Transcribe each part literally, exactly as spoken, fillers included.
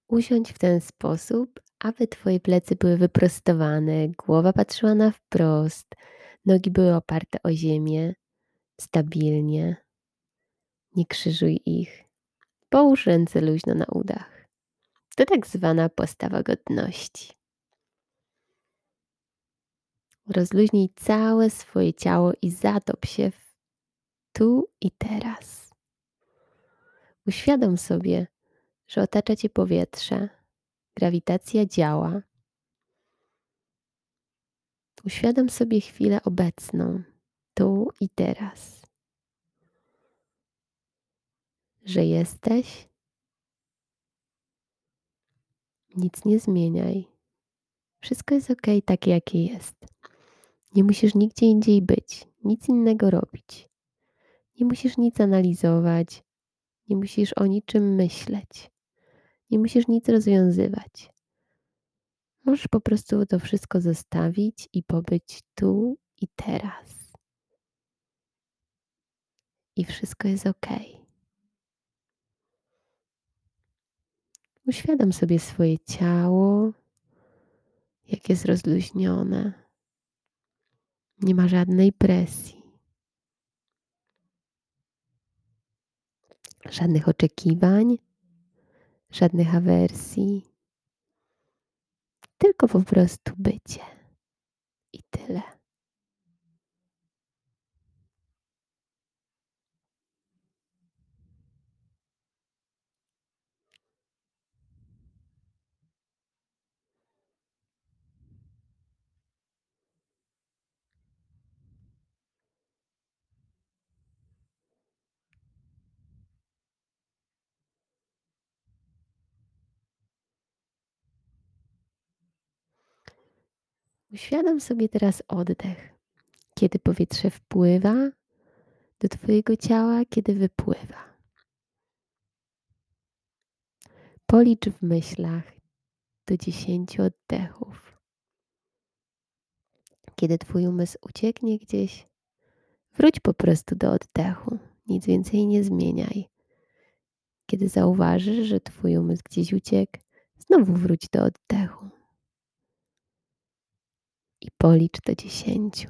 Usiądź w ten sposób, aby Twoje plecy były wyprostowane, głowa patrzyła na wprost, nogi były oparte o ziemię stabilnie. Nie krzyżuj ich. Połóż ręce luźno na udach. To tak zwana postawa godności. Rozluźnij całe swoje ciało i zatop się w tu i teraz. Uświadom sobie, że otacza Cię powietrze, grawitacja działa. Uświadom sobie chwilę obecną, tu i teraz. Że jesteś. Nic nie zmieniaj. Wszystko jest ok, takie jakie jest. Nie musisz nigdzie indziej być, nic innego robić. Nie musisz nic analizować, nie musisz o niczym myśleć, nie musisz nic rozwiązywać. Możesz po prostu to wszystko zostawić i pobyć tu i teraz. I wszystko jest ok. Uświadom sobie swoje ciało, jak jest rozluźnione. Nie ma żadnej presji, żadnych oczekiwań, żadnych awersji, tylko po prostu bycie i tyle. Uświadom sobie teraz oddech, kiedy powietrze wpływa do Twojego ciała, kiedy wypływa. Policz w myślach do dziesięciu oddechów. Kiedy Twój umysł ucieknie gdzieś, wróć po prostu do oddechu. Nic więcej nie zmieniaj. Kiedy zauważysz, że Twój umysł gdzieś uciekł, znowu wróć do oddechu. I policz do dziesięciu.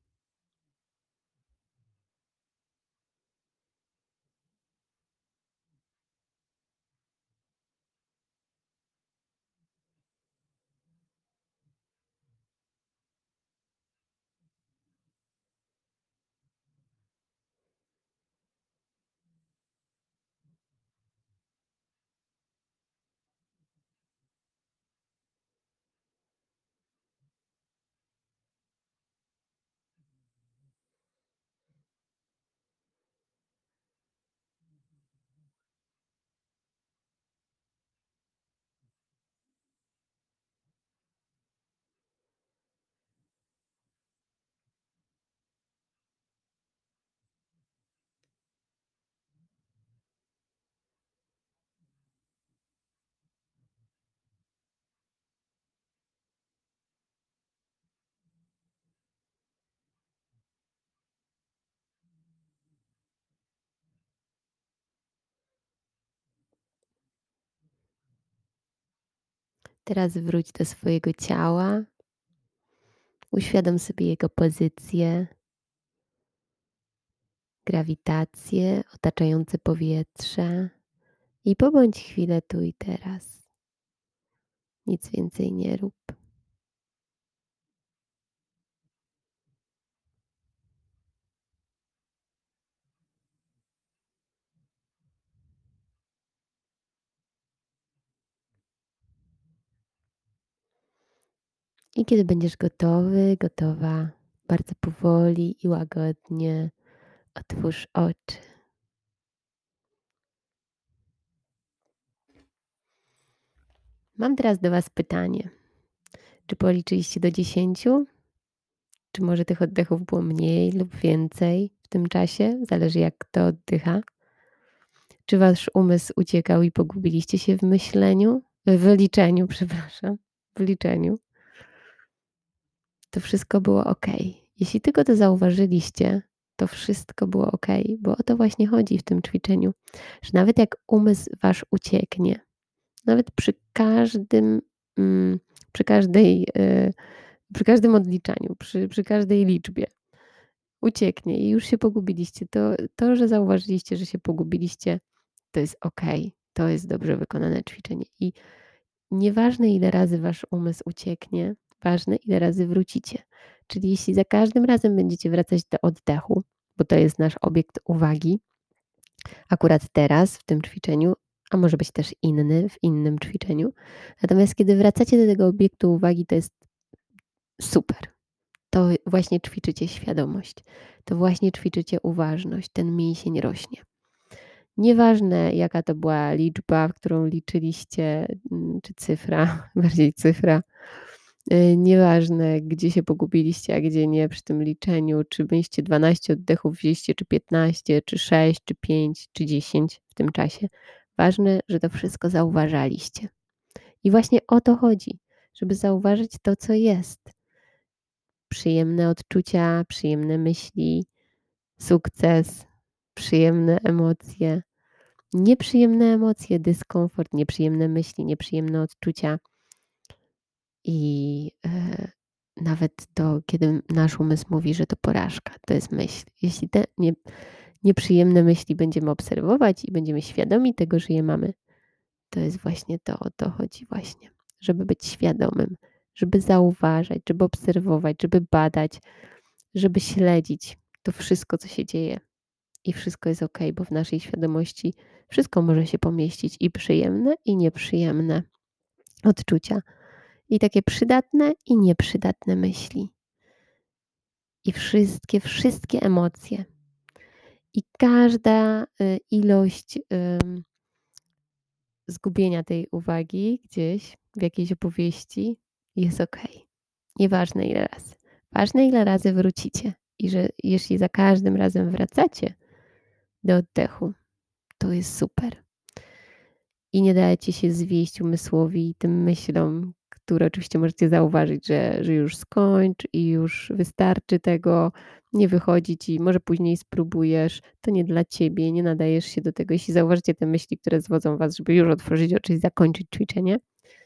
Teraz wróć do swojego ciała. Uświadom sobie jego pozycję, grawitację, otaczające powietrze i pobądź chwilę tu i teraz. Nic więcej nie rób. I kiedy będziesz gotowy, gotowa, bardzo powoli i łagodnie otwórz oczy. Mam teraz do Was pytanie. Czy policzyliście do dziesięciu? Czy może tych oddechów było mniej lub więcej w tym czasie? Zależy, jak kto oddycha. Czy Wasz umysł uciekał i pogubiliście się w myśleniu? W liczeniu, przepraszam. W liczeniu. To wszystko było ok. Jeśli tylko to zauważyliście, to wszystko było ok, bo o to właśnie chodzi w tym ćwiczeniu, że nawet jak umysł Wasz ucieknie, nawet przy każdym, mm, przy każdej, e, przy każdym odliczaniu, przy przy każdej liczbie ucieknie i już się pogubiliście. To to, że zauważyliście, że się pogubiliście, to jest okej. To jest dobrze wykonane ćwiczenie i nieważne, ile razy wasz umysł ucieknie, ważne, ile razy wrócicie. Czyli jeśli za każdym razem będziecie wracać do oddechu, bo to jest nasz obiekt uwagi, akurat teraz w tym ćwiczeniu, a może być też inny w innym ćwiczeniu. Natomiast kiedy wracacie do tego obiektu uwagi, to jest super. To właśnie ćwiczycie świadomość. To właśnie ćwiczycie uważność. Ten mięsień rośnie. Nieważne, jaka to była liczba, w którą liczyliście, mm, czy cyfra, bardziej cyfra. Y, Nieważne, gdzie się pogubiliście, a gdzie nie przy tym liczeniu, czy mieliście dwanaście oddechów wzięliście, czy piętnaście, czy sześć, czy pięć, czy dziesięć w tym czasie. Ważne, że to wszystko zauważaliście. I właśnie o to chodzi, żeby zauważyć to, co jest. Przyjemne odczucia, przyjemne myśli, sukces, przyjemne emocje, nieprzyjemne emocje, dyskomfort, nieprzyjemne myśli, nieprzyjemne odczucia. I e, nawet to, kiedy nasz umysł mówi, że to porażka, to jest myśl. Jeśli te nie, nieprzyjemne myśli będziemy obserwować i będziemy świadomi tego, że je mamy, to jest właśnie to, o to chodzi właśnie, żeby być świadomym, żeby zauważać, żeby obserwować, żeby badać, żeby śledzić to wszystko, co się dzieje. I wszystko jest ok, bo w naszej świadomości wszystko może się pomieścić i przyjemne, i nieprzyjemne odczucia. I takie przydatne i nieprzydatne myśli. I wszystkie, wszystkie emocje. I każda y, ilość y, zgubienia tej uwagi gdzieś w jakiejś opowieści jest ok. Nieważne ile razy. Ważne ile razy wrócicie. I że jeśli za każdym razem wracacie do oddechu, to jest super. I nie dajecie się zwieść umysłowi i tym myślom, które oczywiście możecie zauważyć, że, że już skończ i już wystarczy tego, nie wychodzi ci, może później spróbujesz, to nie dla ciebie, nie nadajesz się do tego. Jeśli zauważycie te myśli, które zwodzą was, żeby już otworzyć oczy i zakończyć ćwiczenie,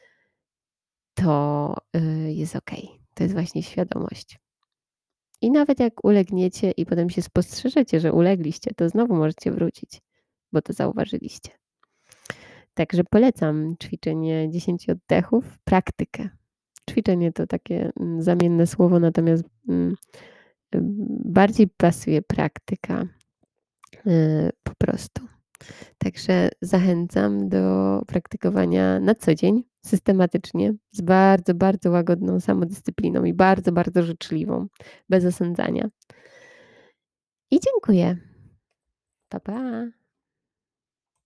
to y, jest ok. To jest właśnie świadomość. I nawet jak ulegniecie i potem się spostrzeżecie, że ulegliście, to znowu możecie wrócić, bo to zauważyliście. Także polecam ćwiczenie dziesięć oddechów, praktykę. Ćwiczenie to takie mm, zamienne słowo, natomiast mm, bardziej pasuje praktyka y, po prostu. Także zachęcam do praktykowania na co dzień, systematycznie, z bardzo, bardzo łagodną samodyscypliną i bardzo, bardzo życzliwą, bez osądzania. I dziękuję. Pa, pa.